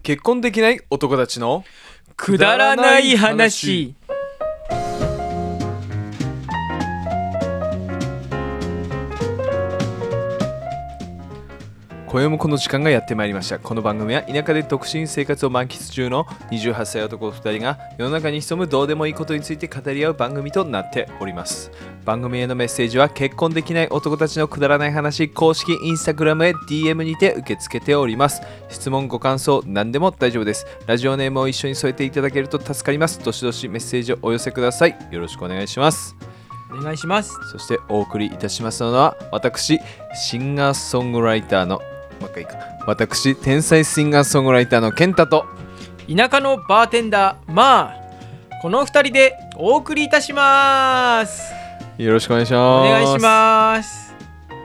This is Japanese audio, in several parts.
結婚できない男たちのくだらない話。 今宵もこの時間がやってまいりました。この番組は田舎で独身生活を満喫中の28歳男2人が世の中に潜むどうでもいいことについて語り合う番組となっております。番組へのメッセージは結婚できない男たちのくだらない話公式インスタグラムへ DM にて受け付けております。質問ご感想何でも大丈夫です。ラジオネームを一緒に添えていただけると助かります。どしどしメッセージをお寄せください。よろしくお願いします。 お願いします。 そしてお送りいたしますのは私シンガーソングライターの私天才シンガーソングライターのケンタと田舎のバーテンダーまあこの2人でお送りいたします。 よろしくお願いします。 お願いします。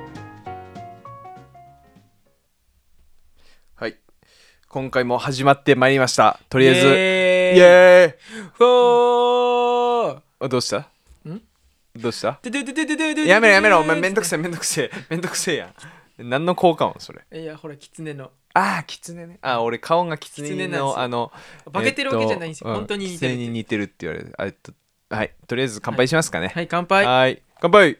はい、今回も始まってまいりました。とりあえずイエーイフォー。 どうしたどうしたでやめろお前めんどくせえやん。何の効果音それ。 いやほらキツネのキツネね。俺顔がキツネの化けてるわけじゃないんですよ、本当に似てる。 キツネに似てるって言われる。はい、とりあえず乾杯しますかね。 はい、乾杯。 はい乾杯。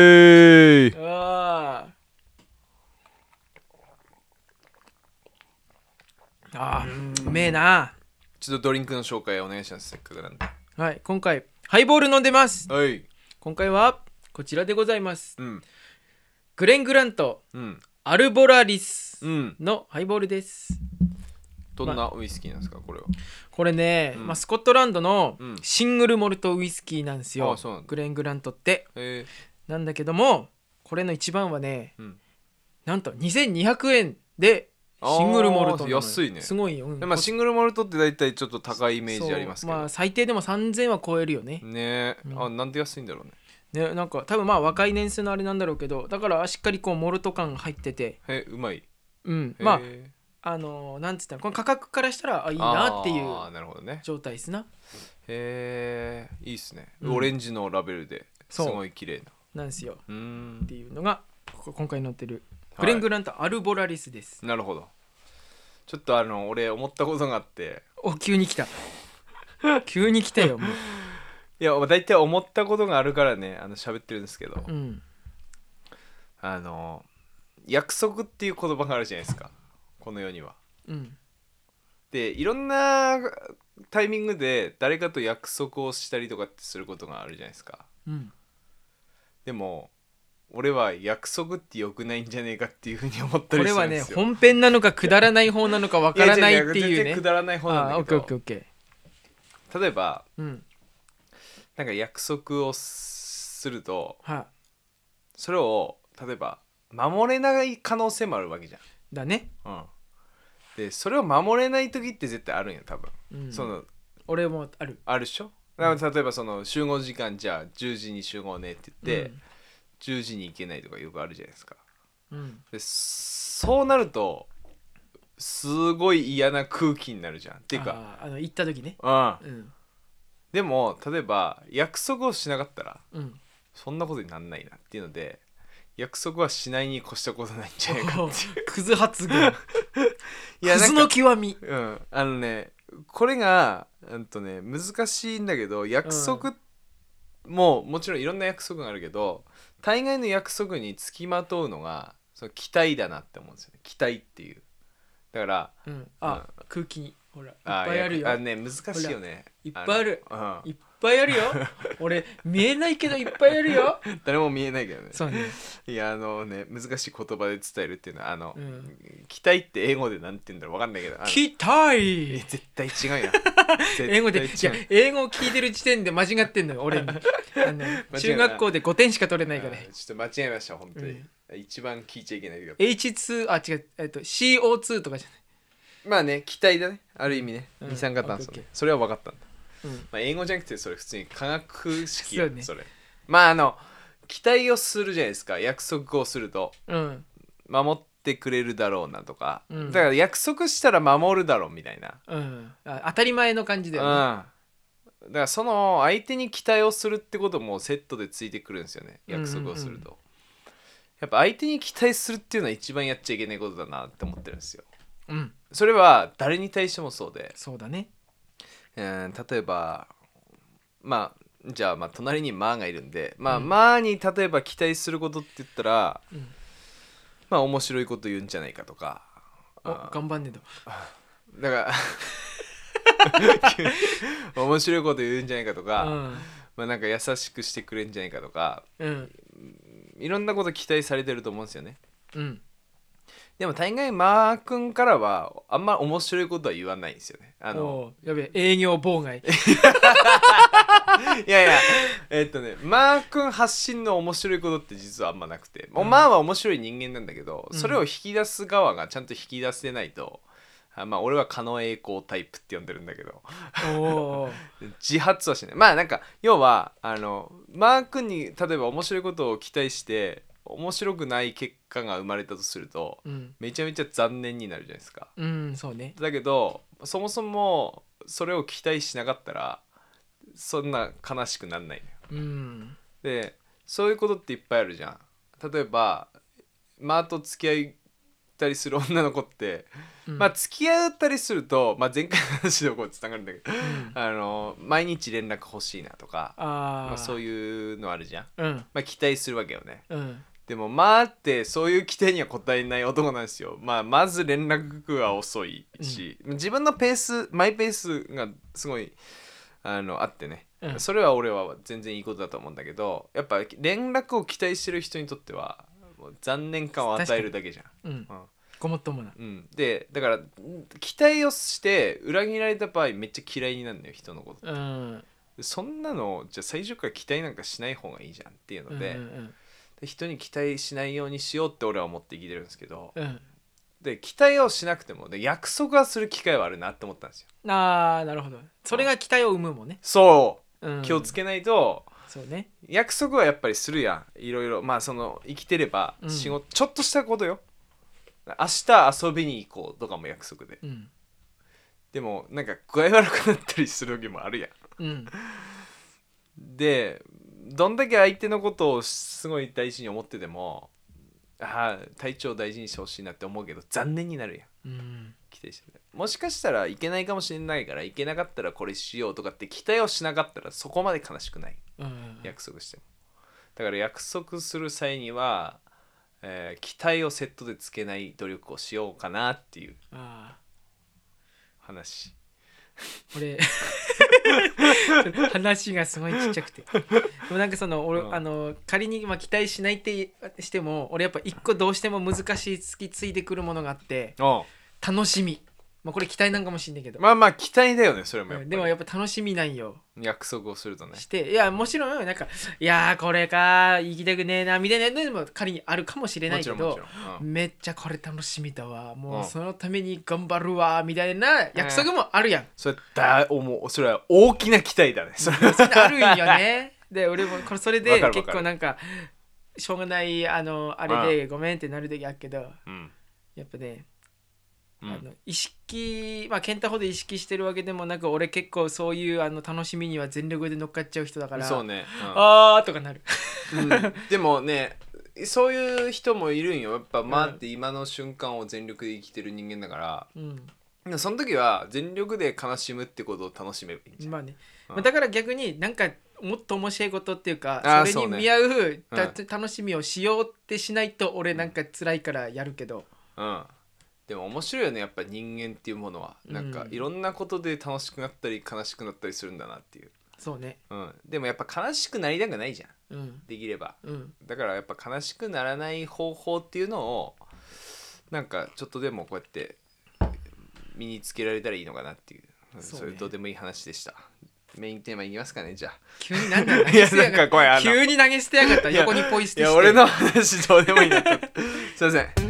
うめえな。 ちょっとドリンクの紹介お願いします。せっかくなんで。 はい、今回ハイボール飲んでます。 はい、 今回はこちらでございます。 うん、 グレン・グラント、アルボラリスのハイボールです。 どんなウイスキーなんですかこれは。 これね、スコットランドのシングルモルトウイスキーなんですよ。グレン・グラントってなんだけども、これの一番はね、なんと2200円でシングルモルトなの。 安いね。 すごいよ。 シングルモルトって大体ちょっと高いイメージありますけど、 最低でも3000は超えるよね。 なんで安いんだろうね。 なんか多分若い年数のあれなんだろうけど、だからしっかりこうモルト感入っててうまい。 なんつったらこの価格からしたらいいなっていう状態ですな。 いいっすね。オレンジのラベルですごい綺麗なんですよっていうのが今回載ってるグレン・グラントアルボラリスです。 なるほど。ちょっと俺思ったことがあって。 急に来た急に来たよもう。 いや大体思ったことがあるからね喋ってるんですけど、約束っていう言葉があるじゃないですかこの世には。でいろんなタイミングで誰かと約束をしたりとかってすることがあるじゃないですか。でも俺は約束って良くないんじゃねえかっていうふうに思ったりするんですよ。 これはね本編なのかくだらない方なのかわからないっていうね。 全然くだらない方なんだけど。 オッケー。 例えば、なんか約束をすると、それを例えば守れない可能性もあるわけじゃん。 だね。 でそれを守れない時って絶対あるんよ多分。 俺もあるでしょ。だから例えばその集合時間じゃあ10時に集合ねって言って、10時に行けないとかよくあるじゃないですか。でそうなるとすごい嫌な空気になるじゃん。っていうか行った時ね。 でも例えば約束をしなかったら、そんなことになんないなっていうので約束はしないに越したことないんじゃないかっていうクズ発言クズの極み。 これが難しいんだけど、約束ももちろんいろんな約束があるけど、大概の約束につきまとうのがその期待だなって思うんですよね。期待っていう。だから、 空気ほらいっぱいあるよ。 難しいよね。 いっぱいある。いっぱいあるよ。俺見えないけどいっぱいあるよ。 誰も見えないけどね。 そうね。 いや難しい言葉で伝えるっていうのは期待って英語でなんて言うんだろう分かんないけど。 期待。 絶対違うやん。 英語で英語を聞いてる時点で間違ってんのよ俺に。中学校で5点しか取れないから。 ちょっと間違えました本当に。一番聞いちゃいけないけど。 H2 違うCO2 とかじゃない。 まあね期待だねある意味ね。二酸化炭素ね。それは分かったんだ。英語じゃなくてそれ普通に化学式やそれ。期待をするじゃないですか。約束をすると守ってくれるだろうなとか、だから約束したら守るだろうみたいな、 当たり前の感じだよね。 だからその相手に期待をするってこともセットでついてくるんですよね。約束をすると、やっぱ相手に期待するっていうのは一番やっちゃいけないことだなって思ってるんですよ。 うん、 それは誰に対してもそうで、 そうだね。 例えばまあじゃあまあ隣にマーがいるんで、まあ、 うん、 マーに例えば期待することって言ったら、 うん、 まあ面白いこと言うんじゃないかとか、 頑張んねえと。 だから面白いこと言うんじゃないかとか、 うん、 まあなんか優しくしてくれるんじゃないかとか、 うん、 いろんなこと期待されてると思うんですよね。 うん。 でも大概マー君からはあんま面白いことは言わないんですよね。 やべえ、営業妨害。 いやいやマー君発信の面白いことって実はあんまなくて、マーは面白い人間なんだけど、それを引き出す側がちゃんと引き出せないと、まあ俺は狩野英孝タイプって呼んでるんだけど自発はしない。まあなんか要はマー君に例えば面白いことを期待して面白くない結果が生まれたとすると、めちゃめちゃ残念になるじゃないですか。 そうね。 だけどそもそもそれを期待しなかったらそんな悲しくなんないのよ。でそういうことっていっぱいあるじゃん。例えばマーと付き合ったりする女の子って、まあ付き合ったりすると、まあ、前回の話でこうつながるんだけど、毎日連絡欲しいなとか、まあ、そういうのあるじゃん、まあ、期待するわけよね、でもまあってそういう期待には応えない男なんですよ。まあまず連絡が遅いし、自分のペースマイペースがすごいあってね、それは俺は全然いいことだと思うんだけど、やっぱ連絡を期待してる人にとってはもう残念感を与えるだけじゃん。 ごもっともな。 でだから期待をして裏切られた場合めっちゃ嫌いになるのよ、人のこと、そんなのじゃあ最初から期待なんかしない方がいいじゃんっていうので、人に期待しないようにしようって俺は思って生きてるんですけど、で期待をしなくてもで約束はする機会はあるなって思ったんですよ。 なるほど。それが期待を生むもんね。 そう、気をつけないと。 そうね。 約束はやっぱりするやん、いろいろ。まあその生きてれば仕事、ちょっとしたことよ。明日遊びに行こうとかも約束で、でもなんか具合悪くなったりする時もあるやん、でどんだけ相手のことをすごい大事に思ってても、体調大事にしてほしいなって思うけど残念になるやん、期待してもしかしたらいけないかもしれないから、いけなかったらこれしようとかって期待をしなかったらそこまで悲しくない、約束しても。だから約束する際には期待をセットでつけない努力をしようかなっていう話。 俺話がすごいちっちゃくて、でもなんかその俺、仮に期待しないってしても俺やっぱ一個どうしても難しい突きついてくるものがあって、楽しみ。これ期待なんかもしんないけど、 まあまあ期待だよねそれもやっぱり、 でもやっぱ楽しみなんよ、 約束をするとね。 して、いやもちろんなんかいやこれか行きたくねえなみたいなのでも仮にあるかもしれないけど、めっちゃこれ楽しみだわ、もうそのために頑張るわみたいな約束もあるやん、 それは大きな期待だね、それあるんよね。で俺もそれで結構なんかしょうがないあれでごめんってなる時あるけど、やっぱね意識健太ほど意識してるわけでもなく、俺結構そういう楽しみには全力で乗っかっちゃう人だから、 そうね、 とかなる、 でもねそういう人もいるんよやっぱ。って今の瞬間を全力で生きてる人間だから、その時は全力で悲しむってことを楽しめばいいんじゃん。 だから逆になんかもっと面白いことっていうか、それに見合う楽しみをしようってしないと俺なんか辛いからやるけど、 でも面白いよねやっぱ人間っていうものは、なんかいろんなことで楽しくなったり悲しくなったりするんだなっていう。 そうね、 でもやっぱ悲しくなりたくないじゃん、できれば、だからやっぱ悲しくならない方法っていうのをなんかちょっとでもこうやって身につけられたらいいのかなっていう、そういうどうでもいい話でした。メインテーマいきますかね、じゃあ。 急になんだ投げ捨てやがった急に投げ捨てやがった横にポイ捨てして。 いや俺の話どうでもいいなとすいません。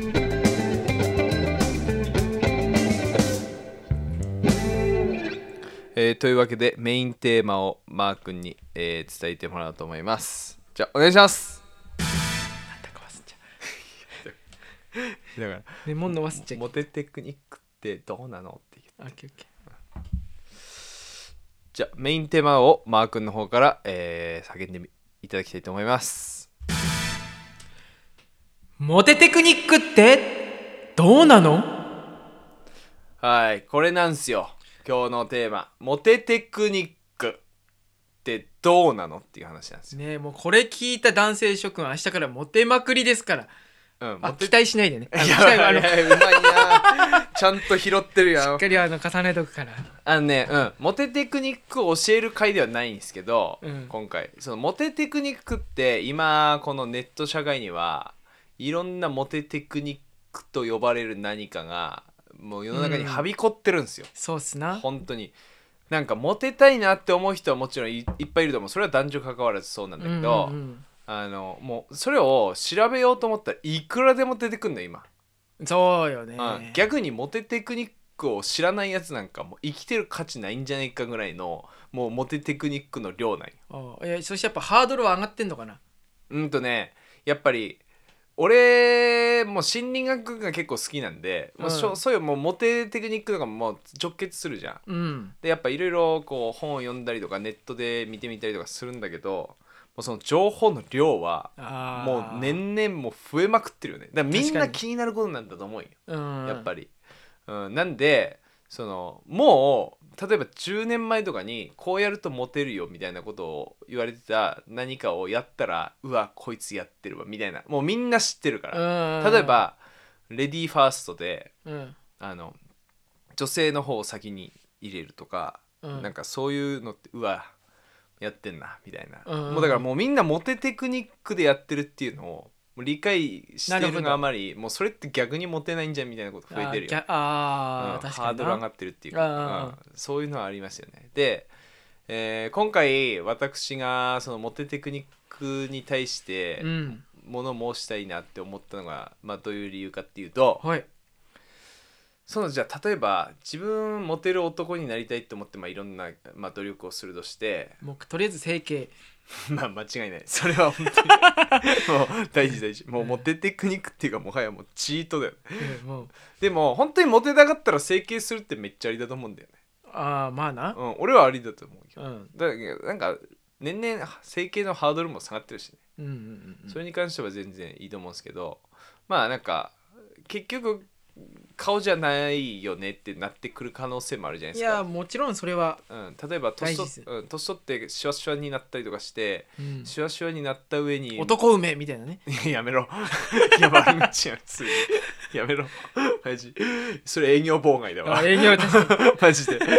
というわけでメインテーマをマー君に、伝えてもらおうと思います。じゃあお願いします。 なんだか忘れちゃう。だからレモンの忘れちゃう。 モテテクニックってどうなのって言って。じゃあメインテーマをマー君の方から、叫んでいただきたいと思います。 モテテクニックってどうなの？ はい、これなんすよ。今日のテーマ。モテテクニックってどうなのっていう話なんですよ。 ねえ、もうこれ聞いた男性諸君は明日からモテまくりですから。期待しないでね。 いや、うまいな。ちゃんと拾ってるやん。 しっかり重ねとくから。 モテテクニックを教える回ではないんですけど、 うん、 今回そのモテテクニックって今このネット社会にはいろんなモテテクニックと呼ばれる何かがもう世の中にはびこってるんですよ。 そうっすな。 本当になんかモテたいなって思う人はもちろん いっぱいいると思う。それは男女関わらずそうなんだけど、もうそれを調べようと思ったらいくらでも出てくんの今。 そうよね、 逆にモテテクニックを知らないやつなんかもう生きてる価値ないんじゃないかぐらいのもうモテテクニックの量なんよ。そしてやっぱハードルは上がってんのかな。 やっぱり俺も心理学が結構好きなんで、そういうもうモテテクニックとかももう直結するじゃん、でやっぱいろいろこう本を読んだりとかネットで見てみたりとかするんだけど、もうその情報の量はもう年々も増えまくってるよね。だからみんな気になることなんだと思うよ、やっぱり、なんでそのもう例えば10年前とかにこうやるとモテるよみたいなことを言われてた何かをやったら、うわこいつやってるわみたいな、もうみんな知ってるから。例えばレディーファーストで、女性の方を先に入れるとか、なんかそういうのってうわやってんなみたいな、もうだからもうみんなモテテクニックでやってるっていうのを理解してるがあまり、もうそれって逆にモテないんじゃんみたいなこと増えてるよ。確かにハードル上がってるっていうか、そういうのはありますよね。で、今回私がそのモテテクニックに対して物申したいなって思ったのが、どういう理由かっていうと、そのじゃあ例えば自分モテる男になりたいと思っていろんな、努力をするとして、 もうとりあえず整形間違いない。それは本当にもう大事もうモテテクニックっていうかもはやもうチートだよね、でも本当にモテたかったら整形するってめっちゃありだと思うんだよね。 まあな、 俺はありだと思うよ、だけどなんか年々整形のハードルも下がってるしね、それに関しては全然いいと思うんですけど、なんか結局顔じゃないよねってなってくる可能性もあるじゃないですか。 いやもちろんそれは、 例えば年取ってシワシワになったりとかして、シワシワになった上に男梅みたいなねやめろやばいんちゃうやめろマジそれ営業妨害だわ。営業マジで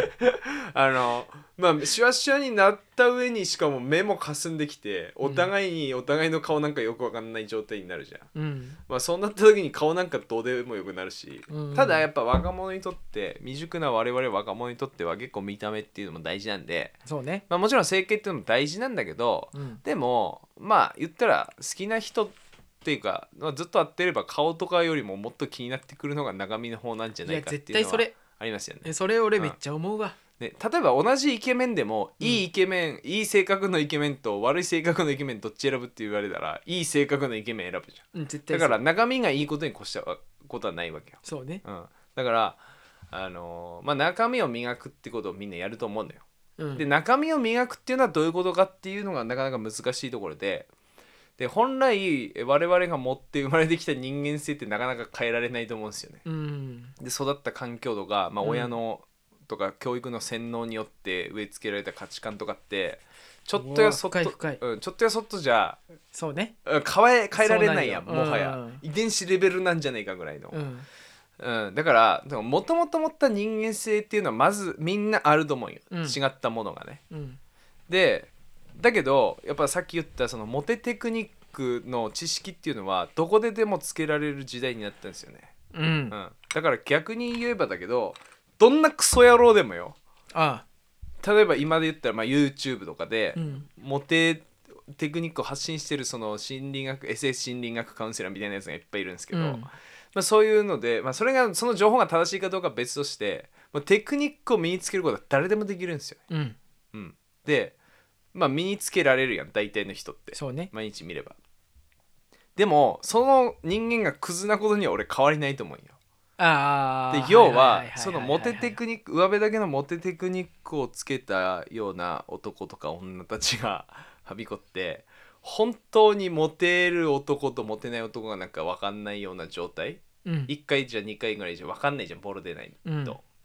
シワシワになった上にしかも目もかすんできて、お互いの顔なんかよくわかんない状態になるじゃん、そうなった時に顔なんかどうでもよくなるし、ただやっぱ若者にとって未熟な我々若者にとっては結構見た目っていうのも大事なんで、 そうね、 もちろん整形っていうのも大事なんだけど、でも言ったら好きな人っていうか、ずっと会ってれば顔とかよりももっと気になってくるのが中身の方なんじゃないかっていうのはありますよね。 それ俺めっちゃ思うわ、 例えば同じイケメンでも、いいイケメン、いい性格のイケメンと悪い性格のイケメンどっち選ぶって言われたらいい性格のイケメン選ぶじゃん、絶対だから中身がいいことに越したことはないわけよ。 そうね、 だから中身を磨くってことをみんなやると思うんだよ、で中身を磨くっていうのはどういうことかっていうのがなかなか難しいところで、本来我々が持って生まれてきた人間性ってなかなか変えられないと思うんですよね、で育った環境とか、親のとか教育の洗脳によって植え付けられた価値観とかってちょっとやそっと、ちょっとやそっとじゃそうね変えられないやん、もはや遺伝子レベルなんじゃないかぐらいの、だからもともと持った人間性っていうのはまずみんなあると思うよ、違ったものがね、でだけどやっぱさっき言ったそのモテテクニックの知識っていうのはどこででもつけられる時代になったんですよね、だから逆に言えばだけど、どんなクソ野郎でもよ、例えば今で言ったらYouTube とかで、モテテクニックを発信してるその心理学 SS 心理学カウンセラーみたいなやつがいっぱいいるんですけど、そういうので、それがその情報が正しいかどうかは別として、テクニックを身につけることは誰でもできるんですよ、で、身につけられるやん大体の人って、 そうね、 毎日見れば。でもその人間がクズなことには俺変わりないと思うよ。で要はそのモテテクニック、上辺だけのモテテクニックをつけたような男とか女たちがはびこって本当にモテる男とモテない男がなんか分かんないような状態、1回じゃ2回ぐらいじゃ分かんないじゃん、ボロ出ないと、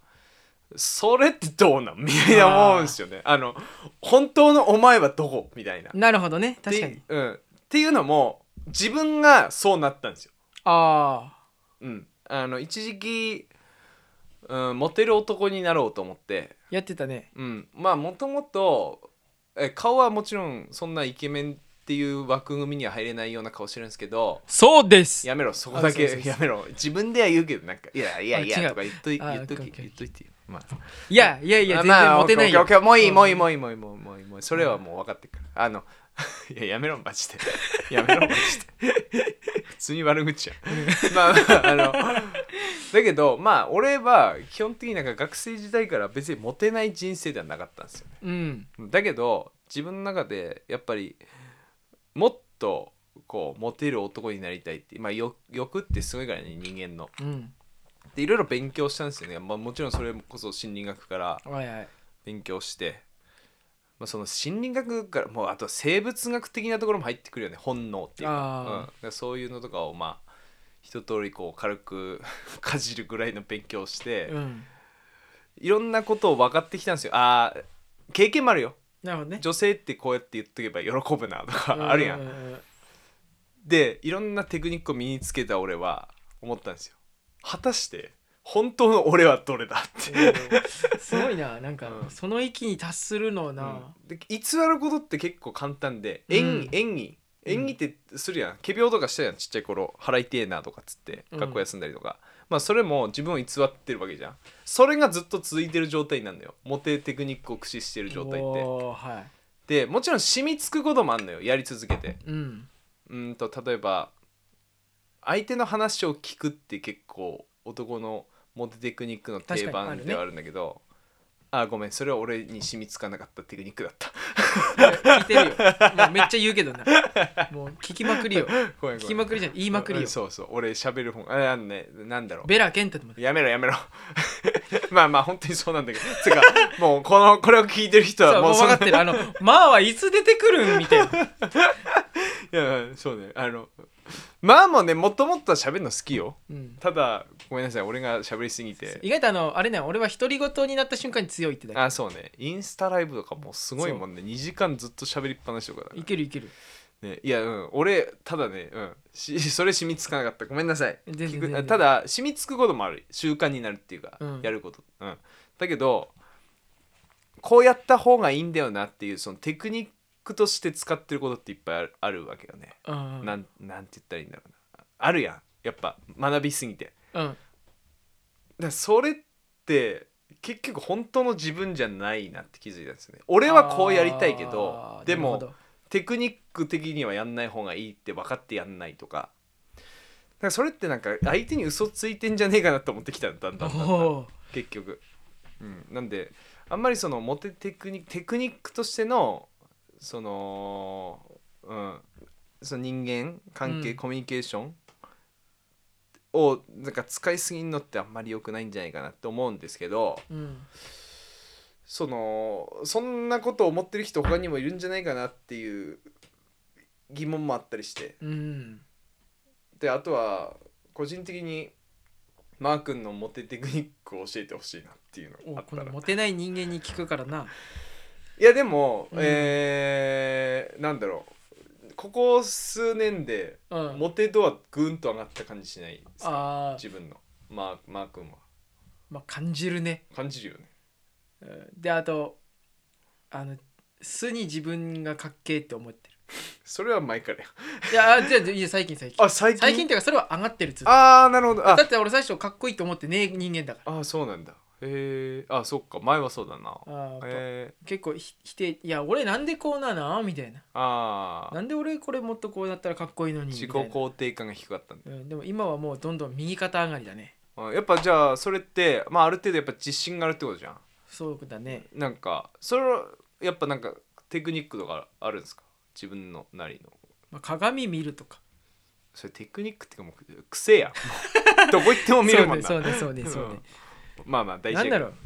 それってどうなんみたいな思うんですよね。本当のお前はどこみたいな。 なるほどね、確かに。 っていうのも自分がそうなったんですよ。 ああ。一時期、モテる男になろうと思ってやってたね。 まあもともと顔はもちろんそんなイケメンっていう枠組みには入れないような顔してるんですけど、 そうです。 やめろ、そこだけやめろ。自分では言うけどなんかいやとか言っといて、まあいや全然モテないよ。 もういいそれはもう分かってくる。いやめろマジでやめろマジで普通に悪口やまあだけどまあ俺は基本的になんか学生時代から別にモテない人生ではなかったんですよね。だけど自分の中でやっぱりもっとこうモテる男になりたいって、まあ、欲ってすごいからね人間の。でいろいろ勉強したんですよね。まあ、もちろんそれこそ心理学から勉強して、まあ、その心理学からもうあと生物学的なところも入ってくるよね。本能っていうか、そういうのとかをまあ一通りこう軽くかじるぐらいの勉強をして、いろんなことを分かってきたんですよ。経験もあるよ。 なるほどね。 女性ってこうやって言っとけば喜ぶなとかあるやん。でいろんなテクニックを身につけた俺は思ったんですよ。果たして本当の俺はどれだってすごいな。なんか、その域に達するのな、 で偽ることって結構簡単で、演技ってするやん。仮病とかしたやん、ちっちゃい頃。払いてえなとかっつって学校休んだりとか、まあそれも自分を偽ってるわけじゃん。それがずっと続いてる状態なんだよ、モテテクニックを駆使してる状態って。でもちろん染みつくこともあんのよ、やり続けて。例えば相手の話を聞くって結構男のモテテクニックの定番ではあるんだけど、ごめん、それは俺に染みつかなかったテクニックだった。 聞いてるよ。もうめっちゃ言うけどな。もう聞きまくりよ。聞きまくりじゃん、言いまくりよ。 そう俺喋る本なんだろう。 ベラケンタとやめろまあ本当にそうなんだけど、つかもうこれを聞いてる人はもう分かってる。まあはいつ出てくるんみたいな。いやそうね、まあもね、もともとは喋るの好きよ、ただごめんなさい、俺が喋りすぎて。 意外とあれね、俺は独り言になった瞬間に強いってだけ。 そうね、インスタライブとかもすごいもんね。2時間ずっと喋りっぱなしとかだから。 いけるね、いや俺ただね、それ染みつかなかった、ごめんなさい。 全然ただ染みつくこともある、習慣になるっていうか、やること、だけどこうやった方がいいんだよなっていうそのテクニックとして使ってることっていっぱいあるわけよね。なんて言ったらいいんだろうな、あるやん、やっぱ学びすぎて。だそれって結局本当の自分じゃないなって気づいたんですよね。俺はこうやりたいけど、でもテクニック的にはやんない方がいいって分かってやんないとか、だからそれってなんか相手に嘘ついてんじゃねえかなと思ってきたんだんだん結局。なんであんまりそのモテテクニックとしてのその人間関係、コミュニケーションをなんか使いすぎるのってあんまり良くないんじゃないかなって思うんですけど、そんなことを思ってる人他にもいるんじゃないかなっていう疑問もあったりして、であとは個人的にマー君のモテテクニックを教えてほしいなっていうのがあったら。 これモテない人間に聞くからな。 いやでも、なんだろう、ここ数年でモテ度はぐんと上がった感じしないですか、自分のマー君は。 まあ感じるね。 感じるよね。 であと素に自分がかっけーって思ってる。 それは前からや。いや最近最近っていうかそれは上がってるっつって。 なるほど。 だって俺最初かっこいいと思ってね人間だから。 そうなんだ。そっか、前はそうだな。 結構否定、いや俺なんでこうなみたいな。なんで俺これもっとこうだったらかっこいいのに自己肯定感が低かったんだ。 でも今はもうどんどん右肩上がりだね。 やっぱじゃあそれってある程度やっぱ自信があるってことじゃん。 そうだね。 なんかそれはやっぱなんかテクニックとかあるんですか、自分のなりの。 鏡見るとか。 それテクニックっていうかもう癖やどこ行っても見るもんな。 そうね。 まあ大事だけど。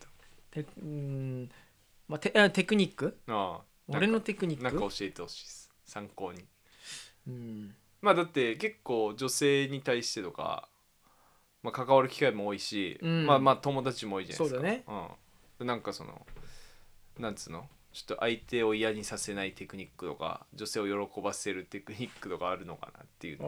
テクニック。俺のテクニックなんか教えてほしいです、参考に。だって結構女性に対してとかまあ、関わる機会も多いし、まあ友達も多いじゃないですか。 そうだね。 なんかなんつうの、ちょっと相手を嫌にさせないテクニックとか、女性を喜ばせるテクニックとかあるのかなっていう。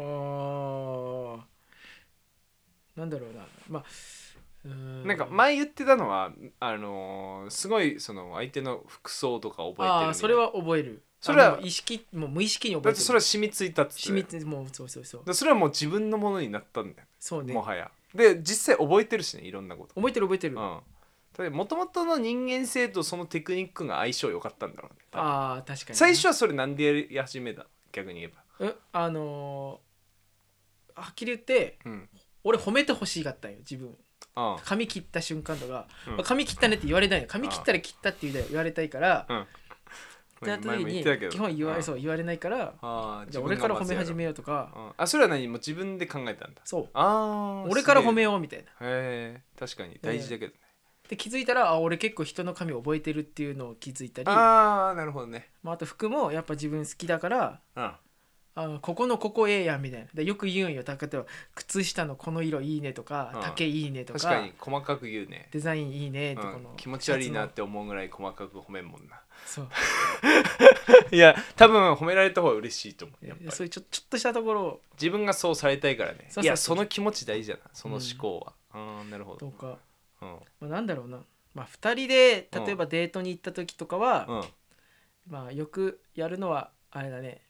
なんだろうな、まあなんか前言ってたのはすごい相手の服装とか覚えてるみたいな。 それは覚える。 それはもう無意識に覚えてる。 だってそれは染みついたっつって。 染みついて、もうそうそれはもう自分のものになったんだよ。 そうね。 もはや。で実際覚えてるしね、いろんなこと。 覚えてる。 もともとの人間性とそのテクニックが相性良かったんだろうね。 確かに、ね。 最初はそれなんでやり始めた？逆に言えば。 はっきり言って、俺褒めてほしかったんよ、自分。髪切った瞬間とか、髪切ったねって言われないよ。髪切ったら切ったって言われたいから、ってなった時に基本言われないから、じゃあ俺から褒め始めようとか。 それは何も自分で考えたんだ。 そう。俺から褒めようみたいな。 確かに大事だけどね。 で気づいたら俺結構人の髪覚えてるっていうのを気づいたり。 なるほどね。 あと服もやっぱ自分好きだから、ここええやんみたいな。でよく言うんよ。例えば靴下のこの色いいねとか、丈いいねとか。 確かに細かく言うね。 デザインいいねとかの、 気持ち悪いなって思うぐらい細かく褒めんもんな。 そういや多分褒められた方が嬉しいと思う。やっぱりそういうちょっとしたところ自分がそうされたいからね。いやその気持ち大事だな、その思考は。なるほど。 とか、なんだろうな、2人で例えばデートに行った時とかは、よくやるのはあれだね。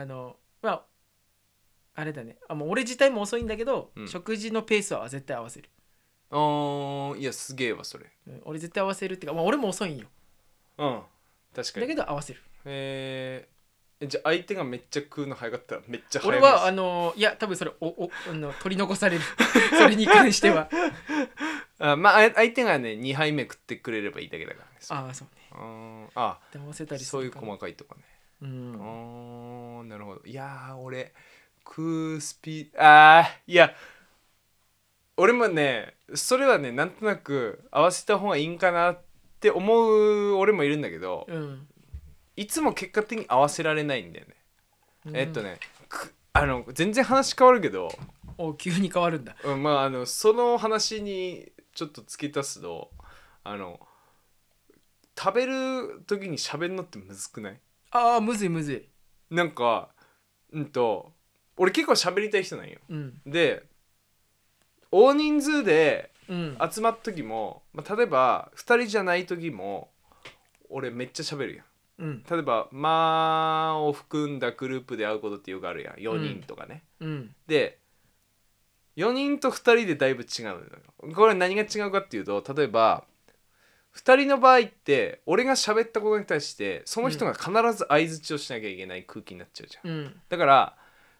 あれだね。もう俺自体も遅いんだけど、食事のペースは絶対合わせる。 いやすげえわそれ。 俺絶対合わせるっていうか、俺も遅いんよ。 確かに。 だけど合わせる。 じゃあ相手がめっちゃ食うの早かったらめっちゃ早い。 俺はいや多分それ取り残される。それに関しては。 相手がね2杯目食ってくれればいいだけだからね。 そうね。合わせたりする。 そういう細かいとかね。なるほど。いや俺食うスピードいや俺もねそれはねなんとなく合わせた方がいいんかなって思う俺もいるんだけど、いつも結果的に合わせられないんだよね。全然話変わるけど、 急に変わるんだ。 その話にちょっと付け足すと食べる時に喋るのってむずくない？ むずい。 なんか俺結構喋りたい人なんよ。で大人数で集まった時も、例えば2人じゃない時も俺めっちゃ喋るやん。例えばを含んだグループで会うことってよくあるやん。4人とかね。で4人と2人でだいぶ違うのよ。これ何が違うかっていうと、例えば2人の場合って俺が喋ったことに対してその人が必ず相づちをしなきゃいけない空気になっちゃうじゃん。だから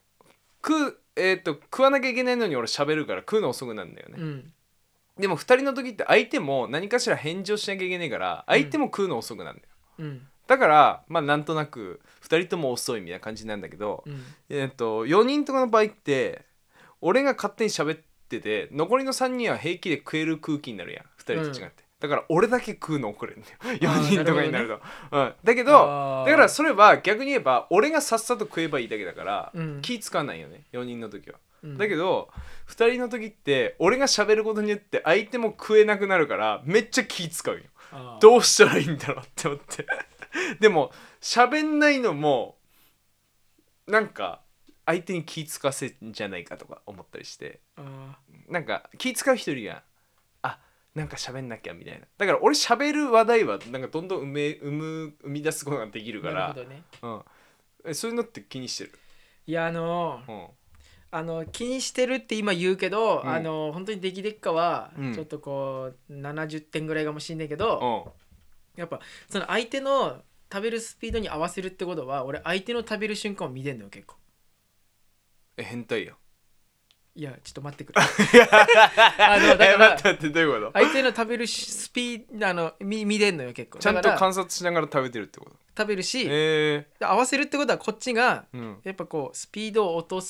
食わなきゃいけないのに俺喋るから食うの遅くなるんだよね。でも2人の時って相手も何かしら返事をしなきゃいけないから相手も食うの遅くなるんだよ。だからなんとなく2人とも遅いみたいな感じなんだけど、4人とかの場合って俺が勝手に喋ってて残りの3人は平気で食える空気になるやん、2人と違って。だから俺だけ食うの遅れるんだよ4人とかになると。だけどだからそれは逆に言えば俺がさっさと食えばいいだけだから、気使わないよね4人の時は。だけど2人の時って俺が喋ることによって相手も食えなくなるからめっちゃ気使うよ。どうしたらいいんだろうって思ってでも喋んないのもなんか相手に気使わせんじゃないかとか思ったりして、なんか気使う人よりがなんか喋んなきゃみたいな。だから俺喋る話題はなんかどんどん生み出すことができるから。なるほどね。そういうのって気にしてる？ いや気にしてるって今言うけど、本当に出来劣化はちょっとこう70点ぐらいかもしんないけど、やっぱその相手の食べるスピードに合わせるってことは俺相手の食べる瞬間を見てんのよ結構。 変態や。 いやちょっと待ってくれだから待ってどういうこと？ 相手の食べるスピード見れんのよ結構。 ちゃんと観察しながら食べてるってこと？ 食べるし、合わせるってことはこっちが、やっぱこうスピードを落とす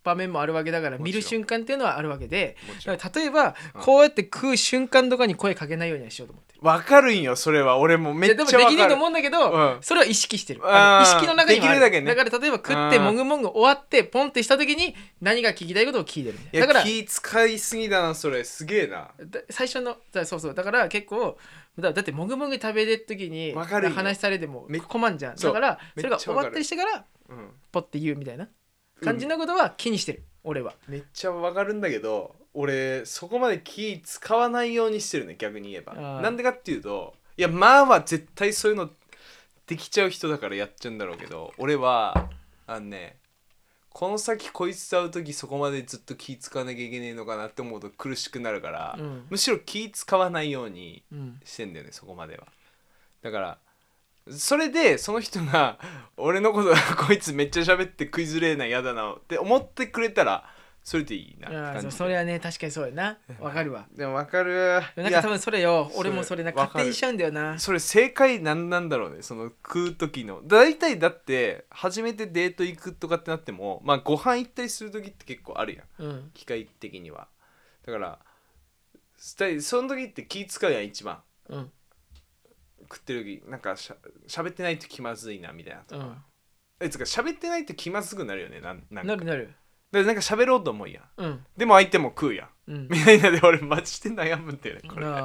場面もあるわけだから、見る瞬間っていうのはあるわけで、だから例えばこうやって食う瞬間とかに声かけないようにはしようと思ってる。 わかるんよそれは。俺もめっちゃわかる。 でもできないと思うんだけど、それは意識してる。意識の中にはある。できるだけね。だから例えば食ってもぐもぐ終わってポンってした時に何が聞きたいことを聞いてる。 だから気使いすぎだなそれ。すげえな。 最初のそうだから結構だってもぐもぐ食べてる時に話されても困んじゃん。だからそれが終わったりしてからポッて言うみたいな感じのことは気にしてる、俺は。 めっちゃわかるんだけど、俺そこまで気使わないようにしてるね、逆に言えば。なんでかっていうと、いやまあは絶対そういうのできちゃう人だからやっちゃうんだろうけど、俺はこの先こいつと会う時そこまでずっと気使わなきゃいけねえのかなって思うと苦しくなるから、むしろ気使わないようにしてんだよね、そこまでは。だからそれでその人が俺のことこいつめっちゃ喋って食いづれえな嫌だなって思ってくれたらそれでいいな感じで。 それはね確かにそうやな。わかるわ。 でもわかる。 なんか多分それよ、俺もそれ勝手にしちゃうんだよな。 それ正解なんだろうね、その食う時の。大体だって初めてデート行くとかってなっても、まあご飯行ったりする時って結構あるやん、機械的には。だからその時って気使うやん一番、食ってる時なんか喋ってないと気まずいなみたいなとか、つか喋ってないと気まずくなるよね。なるでなんか喋ろうと思うやん、でも相手も食うやん、みたいなで俺マジで悩むんだよねこれ。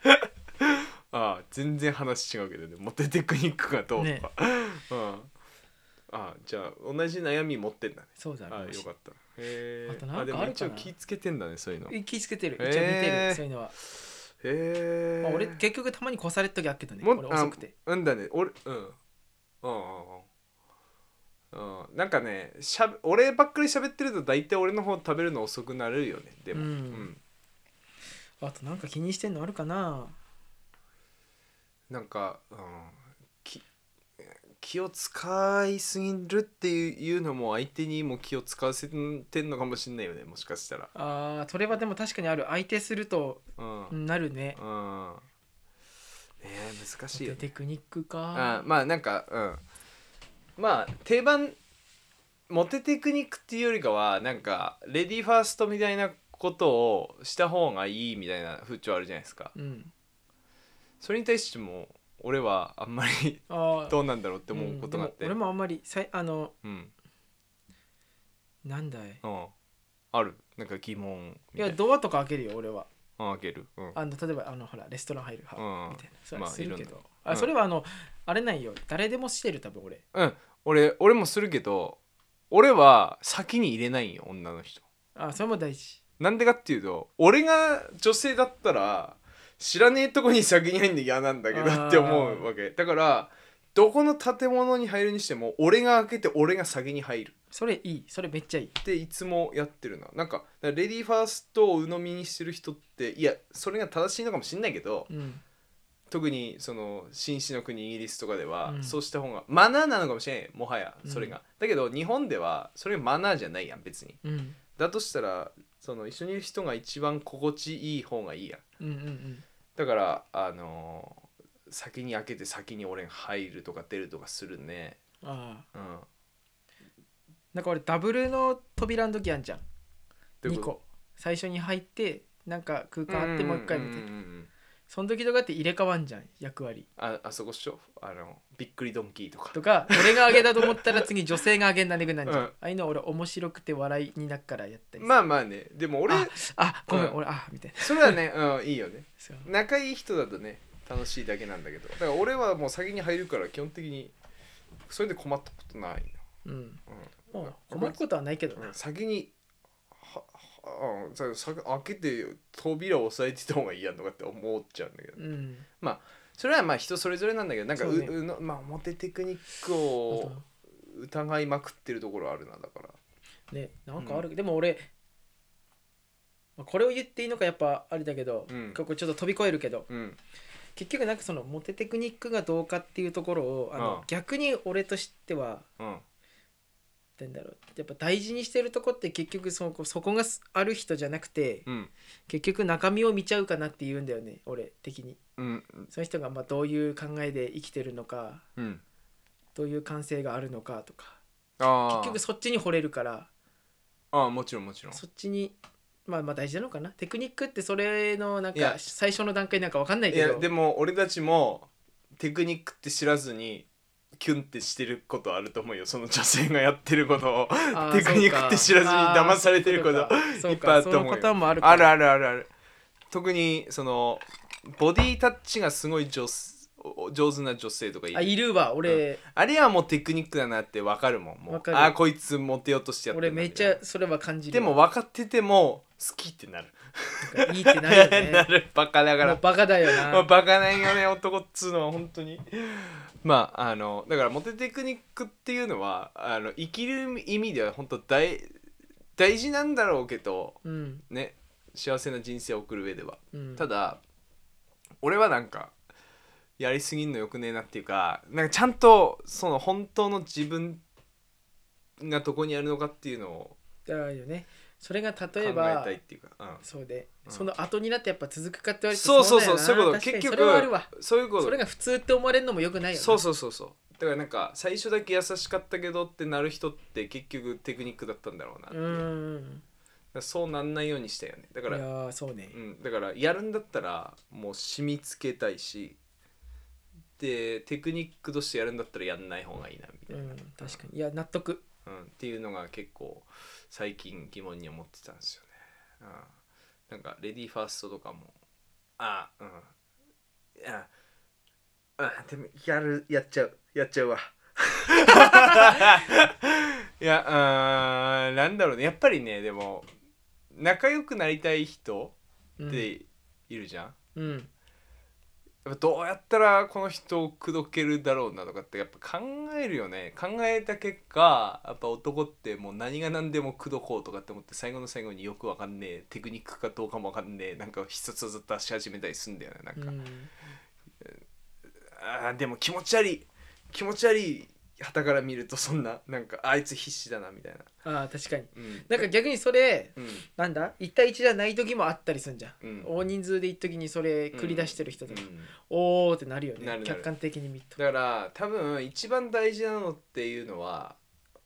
全然話違うけどね、モテテクニックがどうとか、じゃあ同じ悩み持ってんだね。 そうだね。 よかった。 あとなんかあるかな。 でも一応気つけてんだねそういうの。 気つけてる。一応見てるそういうのは。俺結局たまに越される時あるけどね。俺遅くて。 だね。なんかね、俺ばっかり喋ってると大体俺の方食べるの遅くなるよね。でも、 あとなんか気にしてんのあるかな。 なんか、気を使いすぎるっていうのも相手にも気を使わせてんのかもしれないよね、もしかしたら。 それはでも確かにある。相手するとなるね。 難しいよね。 テクニックか。 まあなんかまあ定番モテテクニックっていうよりかはなんかレディーファーストみたいなことをした方がいいみたいな風潮あるじゃないですか、それに対しても俺はあんまりどうなんだろうって思うことがあって、 俺もあんまりなんだい、 あるなんか疑問みたいな。いやドアとか開けるよ俺は。 開ける、 例えばほらレストラン入る派みたいな、それはするけど、それはあれないよ、誰でもしてる多分俺もするけど、俺は先に入れないんよ女の人。 それも大事。 なんでかっていうと、俺が女性だったら知らねえとこに先に入るの嫌なんだけどって思うわけだから、どこの建物に入るにしても俺が開けて俺が先に入る。 それいい、それめっちゃいいっていつもやってるな。なんかレディーファーストを鵜呑みにしてる人って、いやそれが正しいのかもしれないけど、特にその紳士の国イギリスとかでは、そうした方がマナーなのかもしれない、もはやそれが、だけど日本ではそれがマナーじゃないやん別に、だとしたらその一緒にいる人が一番心地いい方がいいやん、だから先に開けて先に俺が入るとか出るとかするね。 なんか俺ダブルの扉の時あんじゃん、2個最初に入ってなんか空間あってもう一回見て、その時とかって入れ替わんじゃん役割。 あそこっしょ、びっくりドンキーとか俺があげたと思ったら次女性があげんなねくなんじゃん、ああいうの俺面白くて笑いになっからやったり。 まあね、でも俺ごめん、俺みたいな、 それはねいいよね仲いい人だとね楽しいだけなんだけど、だから俺はもう先に入るから基本的にそれで困ったことないな。困ることはないけどな、 先に開けて扉を押さえてた方がいいやんとかって思っちゃうんだけど、まあそれはまあ人それぞれなんだけど、なんかモテテクニックを疑いまくってるところあるな。だからね、なんかある、でも俺これを言っていいのかやっぱあれだけど、ここちょっと飛び越えるけど、結局なんかそのモテテクニックがどうかっていうところを逆に俺としては、だろう、やっぱ大事にしてるとこって結局そこがある人じゃなくて、結局中身を見ちゃうかなって言うんだよね俺的に、その人がどういう考えで生きてるのか、どういう感性があるのかとか、結局そっちに惚れるから、 ああもちろんもちろん。 そっちにまあ大事なのかな。テクニックってそれのなんか最初の段階なんか分かんないけど。 いやでも俺たちもテクニックって知らずにキュンってしてることあると思うよ。その女性がやってることをテクニックって知らずに騙されてることいっぱいあると思うよ。 そのパターンもあるあるあるあるある。特にそのボディタッチがすごい上手な女性とかいる。 いるわ俺、 あれはもうテクニックだなって分かるもん。もうこいつモテようとしてやってる。 俺めっちゃそれは感じる。 でも分かってても好きってなる。 いいってなるよね。 なる。バカだから。 バカだよな。 バカなんよね男っつうのは本当に。まあだからモテテクニックっていうのは生きる意味では本当大事なんだろうけど、ね、幸せな人生を送る上では、ただ俺はなんかやりすぎんのよくねえなっていうか、なんかちゃんとその本当の自分がどこにあるのかっていうのをだよね。それが例えば考えたいっていうか、 そうで、その後になってやっぱ続くかって言われてそういうこと。結局それはあるわ。 そういうこと。 それが普通って思われるのもよくないよね。 そうだからなんか最初だけ優しかったけどってなる人って結局テクニックだったんだろうなっていう。そうなんないようにしたよね。だからいやそうね、 だからやるんだったらもう染みつけたいし、でテクニックとしてやるんだったらやんない方がいいなみたいな。 確かに。いや納得。 っていうのが結構最近疑問に思ってたんですよね。なんかレディーファーストとかもでもやっちゃうわ。いやなんだろうね、やっぱりね、でも仲良くなりたい人っているじゃん。やっぱどうやったらこの人を口説けるだろうなとかってやっぱ考えるよね。考えた結果やっぱ男ってもう何が何でも口説こうとかって思って最後の最後によくわかんねえテクニックかどうかもわかんねえなんか必殺技出し始めたりすんだよね。なんか、でも気持ち悪い旗から見るとそんななんかあいつ必死だなみたいな。確かに、なんか逆にそれ、なんだ1対1じゃない時もあったりするんじゃん、大人数で行っ時にそれ繰り出してる人とか、おーってなるよね。客観的に見ると。 だから多分一番大事なのっていうのは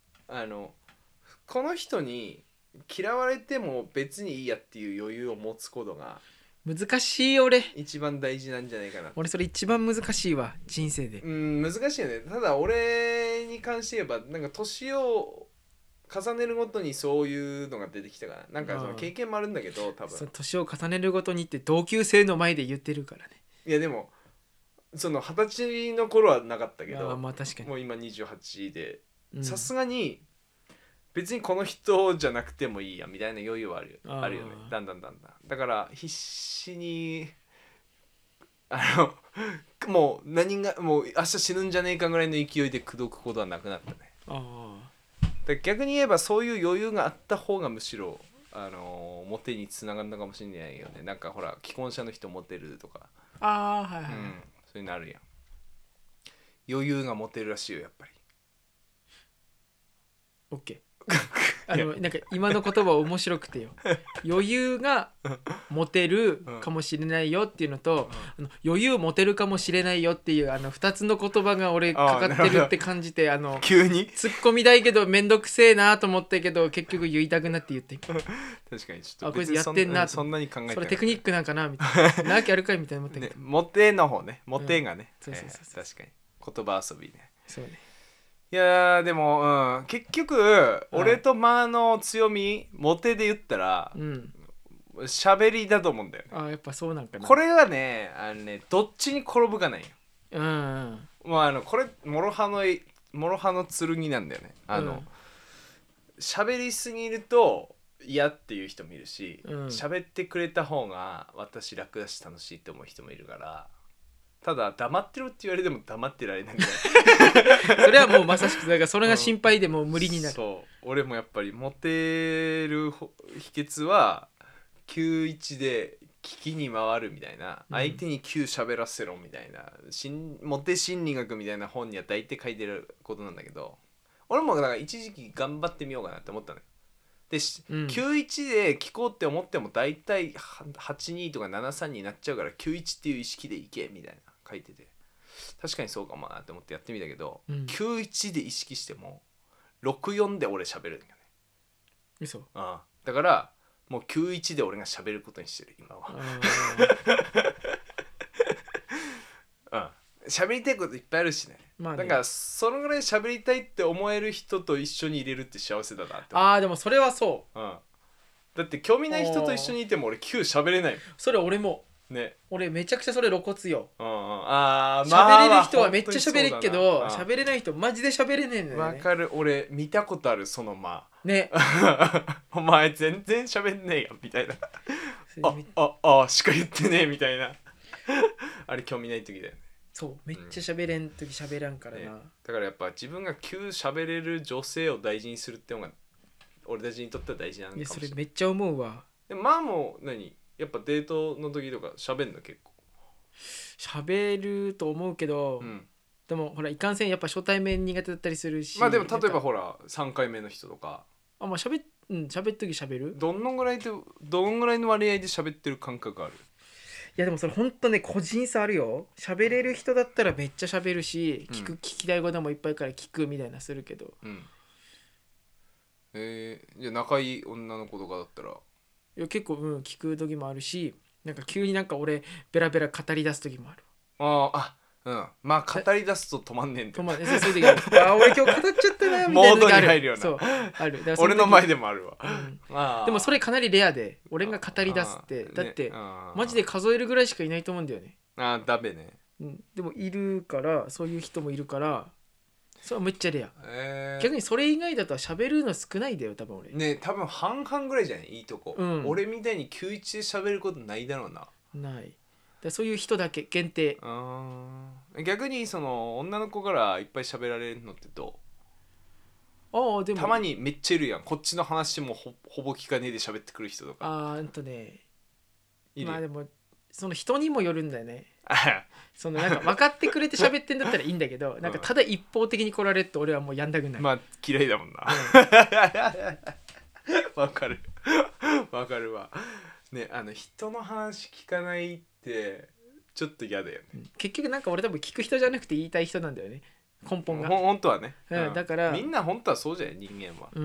この人に嫌われても別にいいやっていう余裕を持つことが難しい。俺一番大事なんじゃないかな。 俺それ一番難しいわ人生で。 難しいよね。ただ俺に関して言えばなんか年を重ねるごとにそういうのが出てきたからなんかその経験もあるんだけど多分年を重ねるごとにって同級生の前で言ってるからね。 いやでもその20歳の頃はなかったけど、 確かにもう今28でさすがに別にこの人じゃなくてもいいやみたいな余裕はあるよね。だんだんだから必死にもうもう明日死ぬんじゃねえかぐらいの勢いで口説くことはなくなったね。だ逆に言えばそういう余裕があった方がむしろモテにつながるのかもしれないよね。なんかほら既婚者の人モテるとかそういうのあるやん。余裕がモテるらしいよやっぱり。 OK なんか今の言葉面白くてよ余裕が持てるかもしれないよっていうのと、余裕持てるかもしれないよっていう2つの言葉が俺かかってるって感じて急にツッコみたいけどめんどくせえなと思ったけど結局言いたくなって言って確かにちょっとこいつやってんなそんなに考えてそれテクニックなんかなみたいななわけあるかいみたいな思ったけど、 モテの方ねモテがね、 そう確かに言葉遊びね。 そうね。 いやでも、結局俺とマーの強みモテで言ったら喋りだと思うんだよね。 やっぱそうなんかな。 これはねどっちに転ぶかないよ。もうこれ諸刃の剣なんだよね。喋りすぎると嫌っていう人もいるし喋ってくれた方が私楽だし楽しいって思う人もいるから。ただ黙ってるって言われても黙ってられないぐらいそれはもうまさしくだからそれが心配でもう無理になる、 そう俺もやっぱりモテる秘訣は91で聞きに回るみたいな、相手に9喋らせろみたいなモテ心理学みたいな本には大体書いてることなんだけど、俺もだから一時期頑張ってみようかなって思ったのよ。で、91で聞こうって思っても大体82とか73になっちゃうから91っていう意識でいけみたいな書いてて、確かにそうかもなって思ってやってみたけど、91で意識しても64で俺喋るんだよね。 嘘。 だからもう91で俺が喋ることにしてる今は。喋りたいこといっぱいあるしね。まあね、だからそのぐらい喋りたいって思える人と一緒に入れるって幸せだなって。 でもそれはそう。 だって興味ない人と一緒にいても俺9喋れないもん。 それ俺も。 ね。 俺めちゃくちゃそれ露骨よ。 喋れる人はめっちゃ喋れるけど、喋れない人マジで喋れねえんだよね。 わかる。俺見たことあるそのね。 お前全然喋んねえやみたいな。しか言ってねえみたいな。あれ興味ない時だよね。 そうめっちゃ喋れん時喋らんからな、 だからやっぱ自分が急喋れる女性を大事にするってのが俺たちにとっては大事なのかもしれない。 それめっちゃ思うわ。 でもやっぱデートの時とか喋んの結構喋ると思うけど、でもほらいかんせんやっぱ初対面苦手だったりするし。 でも例えばほら3回目の人とか喋っとき喋る。 どんぐらいの割合で喋ってる感覚ある？ いやでもそれほんとね個人差あるよ。喋れる人だったらめっちゃ喋るし、聞きたいこともいっぱいから聞くみたいなするけど、 じゃあ仲いい女の子とかだったらいや結構聞く時もあるし、なんか急になんか俺ベラベラ語り出す時もある。 語り出すと止まんねえんだよ。 そういう時ある。俺今日語っちゃったなみたいな時ある。モードに入るような。そうある。 俺の前でもあるわ。でもそれかなりレアで、俺が語り出すってだってマジで数えるぐらいしかいないと思うんだよね。 ダメね。 でもいるから、そういう人もいるから、それはめっちゃレア。逆にそれ以外だと喋るの少ないんだよ多分俺。 ね、多分半々ぐらいじゃないいいとこ。俺みたいに91で喋ることないだろうな。 ない。そういう人だけ限定。 逆にその女の子からいっぱい喋られるのってどう？でもたまにめっちゃいるやん。こっちの話もほぼ聞かねえで喋ってくる人とか。 でもその人にもよるんだよね。そのなんか分かってくれて喋ってんだったらいいんだけど、なんかただ一方的に来られると俺はもうやんだくない。 嫌いだもんな。わかるわ。ね、人の話聞かないってちょっと嫌だよね。 結局なんか俺多分聞く人じゃなくて言いたい人なんだよね、根本が。 本当はね、 だからみんな本当はそうじゃない人間は。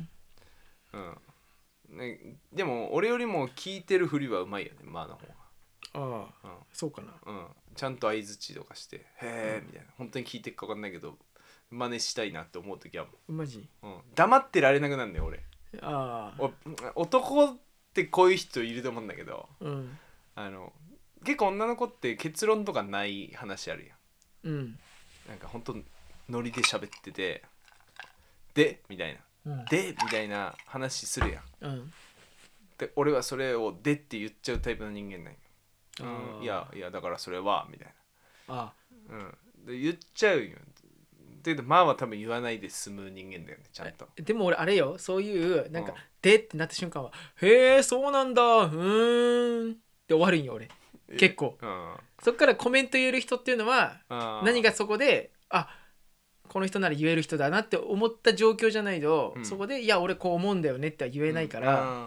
ね、でも俺よりも聞いてるふりはうまいよね、の方が。 そうかな。 ちゃんと相づちとかして「へえ」みたいな。本当に聞いてるか分かんないけど真似したいなって思う時はもうマジ、 黙ってられなくなるんだよ俺。男ってこういう人いると思うんだけど、結構女の子って結論とかない話あるやん。なんかほんとノリで喋っててでみたいな、でみたいな話するやん。で俺はそれをでって言っちゃうタイプの人間なんよ。いやだからそれはみたいな。で言っちゃうよ。だけどは多分言わないで済む人間だよねちゃんと。 でも俺あれよ、そういうなんかでってなった瞬間はへえそうなんだって終わるんよ俺結構。そっからコメント言える人っていうのは何がそこでこの人なら言える人だなって思った状況じゃないと、そこでいや俺こう思うんだよねっては言えないから、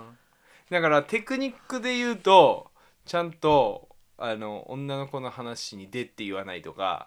だからテクニックで言うとちゃんと女の子の話にでって言わないとか、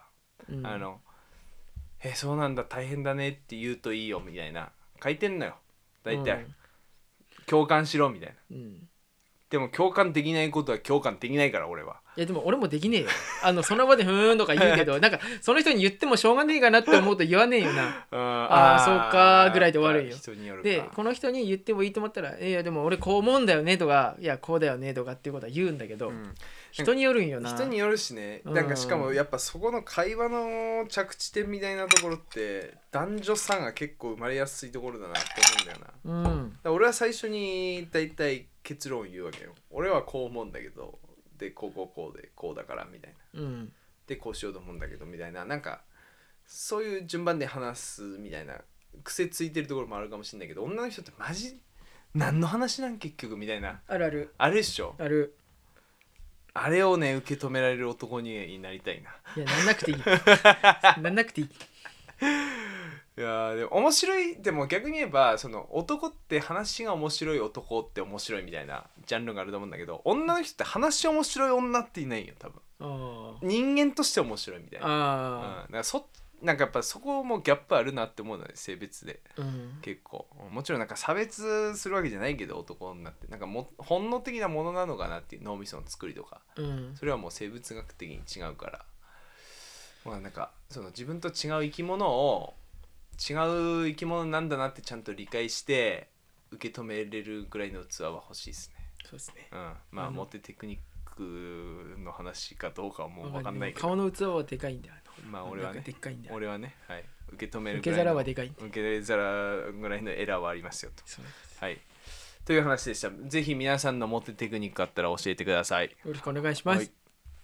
そうなんだ大変だねって言うといいよみたいな書いてんのよ大体、共感しろみたいな、でも共感できないことは共感できないから俺は。 いやでも俺もできねえよその場でふーんとか言うけどなんかその人に言ってもしょうがねえかなって思うと言わねえよな。そうかぐらいで終わるんよ。でこの人に言ってもいいと思ったらいやでも俺こう思うんだよねとかいやこうだよねとかっていうことは言うんだけど、人によるんよな。 人によるしね。なんかしかもやっぱそこの会話の着地点みたいなところって男女差が結構生まれやすいところだなって思うんだよな。だから俺は最初にだいたい結論を言うわけよ。俺はこう思うんだけどでこうでこうだからみたいな、でこうしようと思うんだけどみたいな、なんかそういう順番で話すみたいな癖ついてるところもあるかもしれないけど、女の人ってマジ何の話なん結局みたいなあるでしょ。あれをね受け止められる男になりたいな。 いやなんなくていいなんなくていい。 いやでも面白い。でも逆に言えばその男って話が面白い男って面白いみたいなジャンルがあると思うんだけど、女の人って話面白い女っていないよ多分。人間として面白いみたいな。だからなんかやっぱそこもギャップあるなって思うのね、性別で、 うん結構もちろんなんか差別するわけじゃないけど、男女ってなんか本能的なものなのかなっていう、脳みその作りとか、それはもう生物学的に違うから、まあなんかその自分と違う生き物を違う生き物なんだなってちゃんと理解して受け止めれるぐらいの器は欲しいですね。 そうですね。 まあモテテクニックの話かどうかはもう分かんないけど、 顔の器はでかいんだよ。 まあ俺はね、 でっかいんだよ。 俺はね、はい、受け止めるぐらいの受け皿はでかい。 受け皿ぐらいのエラーはありますよと。はい。という話でした。ぜひ皆さんのモテテクニックあったら教えてください。よろしくお願いします。はい、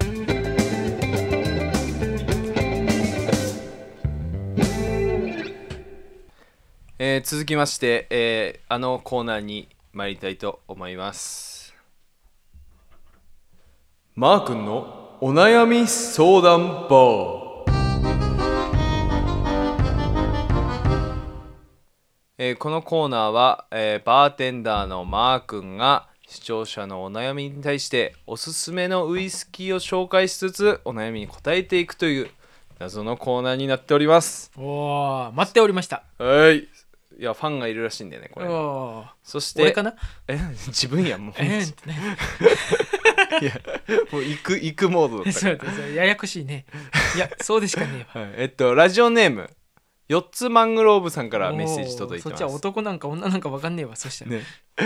続きまして、あのコーナーに参りたいと思います。マー君のお悩み相談バー。このコーナーは、バーテンダーのマー君が視聴者のお悩みに対しておすすめのウイスキーを紹介しつつお悩みに答えていくという謎のコーナーになっております。 おー、待っておりました。 はい。いやファンがいるらしいんだよねこれ。そして俺かな？ 自分やもう。いやもう行くモードだった。 そうややこしいね。いやそうでしかねえわ。ラジオネーム4つマングローブさんからメッセージ届いてます。 そっちは男なんか女なんか分かんねえわ。そしたら、ね、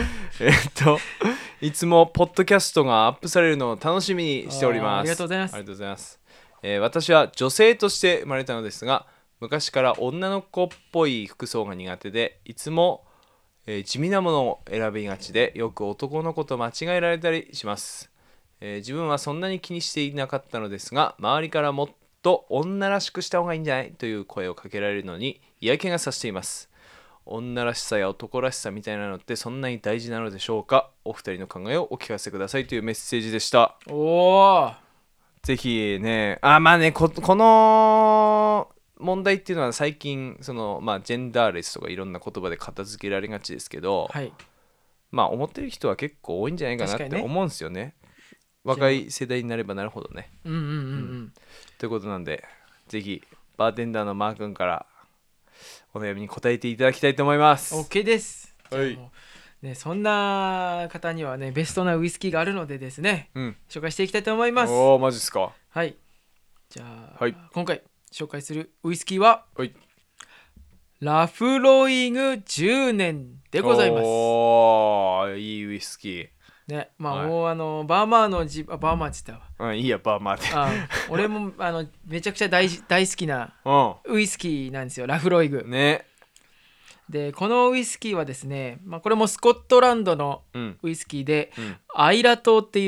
いつもポッドキャストがアップされるのを楽しみにしております。 ありがとうございます。 ありがとうございます。私は女性として生まれたのですが、昔から女の子っぽい服装が苦手で、いつも、地味なものを選びがちで、よく男の子と間違えられたりします。自分はそんなに気にしていなかったのですが、周りからもっと女らしくした方がいいんじゃないという声をかけられるのに嫌気がさしています。女らしさや男らしさみたいなのってそんなに大事なのでしょうか。お二人の考えをお聞かせくださいというメッセージでした。 おー、 ぜひね、まあね、この問題っていうのは最近ジェンダーレスとかいろんな言葉で片付けられがちですけど、 はい、 まあ思ってる人は結構多いんじゃないかなって思うんですよね。若い世代になればなるほどね。ということなんで、ぜひバーテンダーのマー君からお悩みに答えていただきたいと思います。 OK です。 はい。 ね、そんな方にはねベストなウイスキーがあるのでですね、紹介していきたいと思います。 おー、マジっすか。 はい。じゃあ、今回紹介するウイスキーは、ラフロイグ10年でございます。 おー、いいウイスキーね。もうバーマーのバーマーって言ったわ。いいやバーマーで。 俺もめちゃくちゃ大好きなウイスキーなんですよ、ラフロイグね。 でこのウイスキーはですね、これもスコットランドのウイスキーで、アイラ島っていう、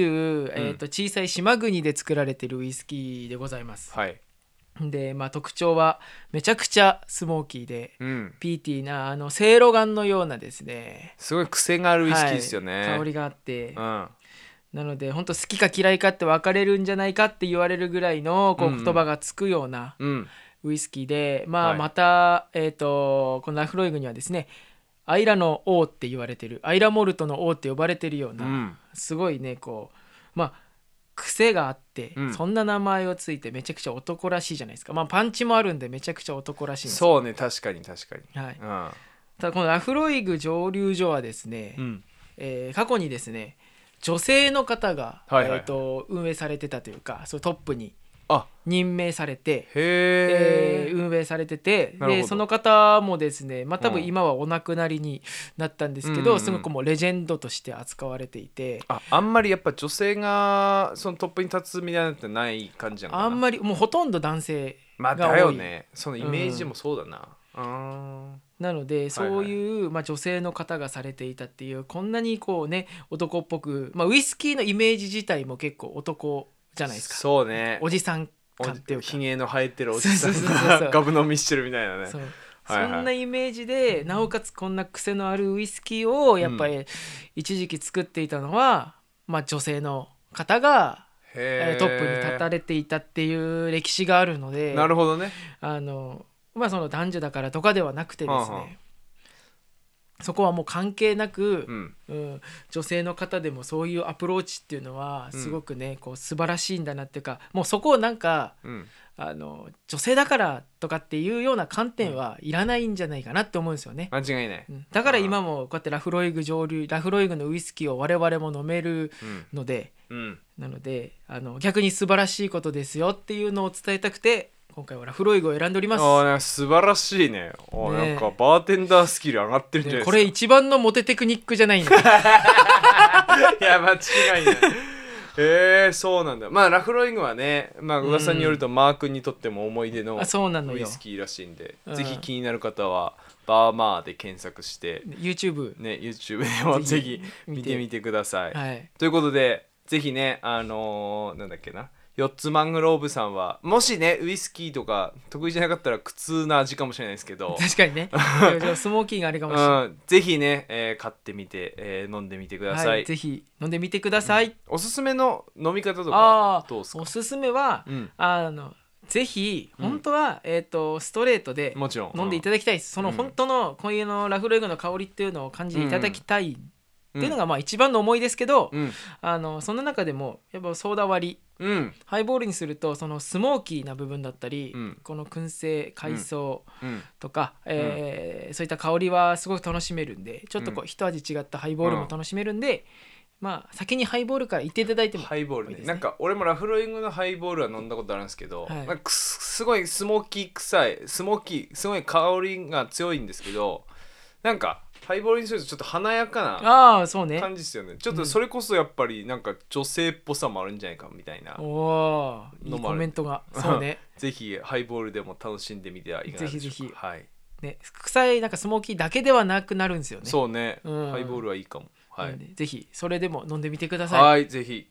小さい島国で作られているウイスキーでございます。 はい。 で、特徴はめちゃくちゃスモーキーで、ピーティーなせいろがんのようなですね、 すごい癖があるウイスキーですよね。 香りがあって、なので本当好きか嫌いかって分かれるんじゃないかって言われるぐらいの言葉がつくようなウイスキーで、また、このラフロイグにはですね、アイラの王って言われてる、アイラモルトの王って呼ばれてるような、すごいね癖があって、そんな名前をついてめちゃくちゃ男らしいじゃないですか。パンチもあるんでめちゃくちゃ男らしいんですよ。 そうね、確かに、はい。 ただこのラフロイグ蒸留所はですね、過去にですね女性の方が、運営されてたというか、そのトップに任命されて、運営されてて、でその方もですね、多分今はお亡くなりになったんですけど、すごくもうレジェンドとして扱われていて、 あんまりやっぱ女性がそのトップに立つみたいなのってない感じなのかな。 あんまりもうほとんど男性が多い。 だよね、そのイメージもそうだな。 なのでそういう、女性の方がされていたっていう、こんなにこうね男っぽく、ウイスキーのイメージ自体も結構男じゃないですか。 そうね、 おじさん感っていうか、 ひげの生えてるおじさんがガブ飲みしてるみたいなね。 そんなイメージで、なおかつこんな癖のあるウイスキーをやっぱり一時期作っていたのは、女性の方がトップに立たれていたっていう歴史があるので。 なるほどね。 その男女だからとかではなくてですね、 そこはもう関係なく、女性の方でもそういうアプローチっていうのはすごくね、こう素晴らしいんだなっていうか、もうそこをなんか、女性だからとかっていうような観点はいらないんじゃないかなって思うんですよね。 間違いない。 だから今もこうやってラフロイグのウイスキーを我々も飲めるので、なので逆に素晴らしいことですよっていうのを伝えたくて、今回はラフロイグを選んでおります。 なんか素晴らしいね。なんかバーテンダースキル上がってるんじゃないですか。 これ一番のモテテクニックじゃないんだ。 いや間違いない。そうなんだ。まあラフロイグはね、まあ噂によるとマー君にとっても思い出のウイスキーらしいんで、ぜひ気になる方はバーマーで検索して YouTube でもぜひ見てみてください。ということでぜひね、なんだっけな、4つマングローブさんはもしねウイスキーとか得意じゃなかったら苦痛な味かもしれないですけど、 確かにねスモーキーがあれかもしれない、 ぜひね、買ってみて、飲んでみてください。 ぜひ飲んでみてください。 おすすめの飲み方とかどうですか？ おすすめは、ぜひ本当は、ストレートでもちろん飲んでいただきたいです。その本当のこういうのラフロイグの香りっていうのを感じていただきたいっていうのがまあ一番の思いですけど、その中でもやっぱソーダ割り、ハイボールにするとそのスモーキーな部分だったり、この燻製海藻とか、そういった香りはすごく楽しめるんで、ちょっとこう一味違ったハイボールも楽しめるんで、まあ先にハイボールから言っていただいてもハイボールね、なんか俺もラフロイグのハイボールは飲んだことあるんですけど、なんかすごいスモーキー臭いすごい香りが強いんですけど、なんかハイボールにするとちょっと華やかな感じですよね。ちょっとそれこそやっぱりなんか女性っぽさもあるんじゃないかみたいな。 いいコメントが。そうね。 ぜひハイボールでも楽しんでみてはいかがでしょうか。ぜひぜひ。はい。 ね、臭いなんかスモーキーだけではなくなるんですよね。 そうね。ハイボールはいいかも。はい。 ぜひそれでも飲んでみてください。 はい、ぜひ。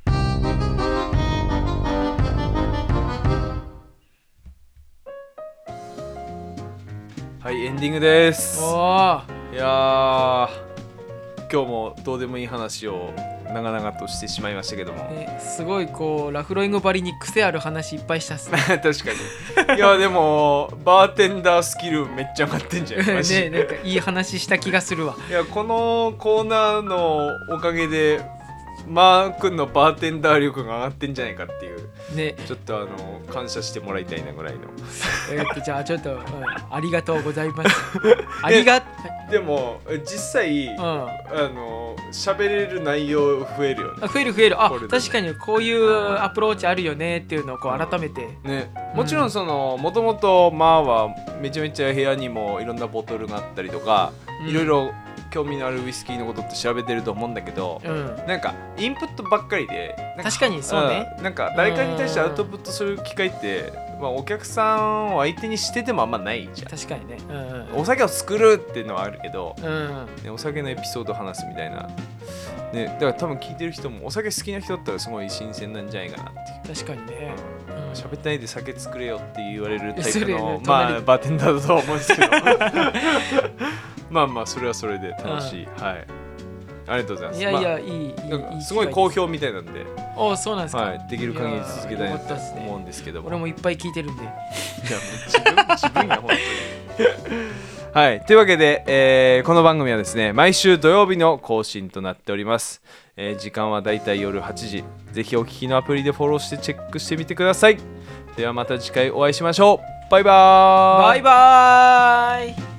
はい、エンディングです。いや今日もどうでもいい話を長々としてしまいましたけども、 すごいこうラフロイグばりに癖ある話いっぱいしたっすね。 確かに。いやでもバーテンダースキルめっちゃ上がってんじゃん。 ね、なんかいい話した気がするわ。 いやこのコーナーのおかげでマー君のバーテンダー力が上がってんじゃないかっていう、ね、ちょっと感謝してもらいたいなぐらいの。 じゃあちょっと、ありがとうございます。 でも実際、喋れる内容増えるよね。 増える。確かにこういうアプローチあるよねっていうのをこう改めて、 ね、もちろんもともとマーはめちゃめちゃ部屋にもいろんなボトルがあったりとか、いろいろ興味のあるウイスキーのことって調べてると思うんだけど、なんかインプットばっかりで、 確かにそうね、 なんか誰かに対してアウトプットする機会って、お客さんを相手にしててもあんまないじゃん。 確かにね、 お酒を作るっていうのはあるけど、ね、お酒のエピソードを話すみたいな、ね、だから多分聞いてる人もお酒好きな人だったらすごい新鮮なんじゃないかなっていう。 確かにね、 喋ってないで酒作れよって言われるタイプの、バーテンダーだとは思うんですけどまあそれはそれで楽しい、はい、ありがとうございます。 いや、いいすごい好評みたいなんで、 そうなんですか。 できる限り続けたいなと思うんですけども、 俺もいっぱい聞いてるんで。いや自分が本当にはい、というわけで、この番組はですね毎週土曜日の更新となっております。時間はだいたい夜8時。ぜひお聞きのアプリでフォローしてチェックしてみてください。ではまた次回お会いしましょう。バイバーイ。 バイバーイ。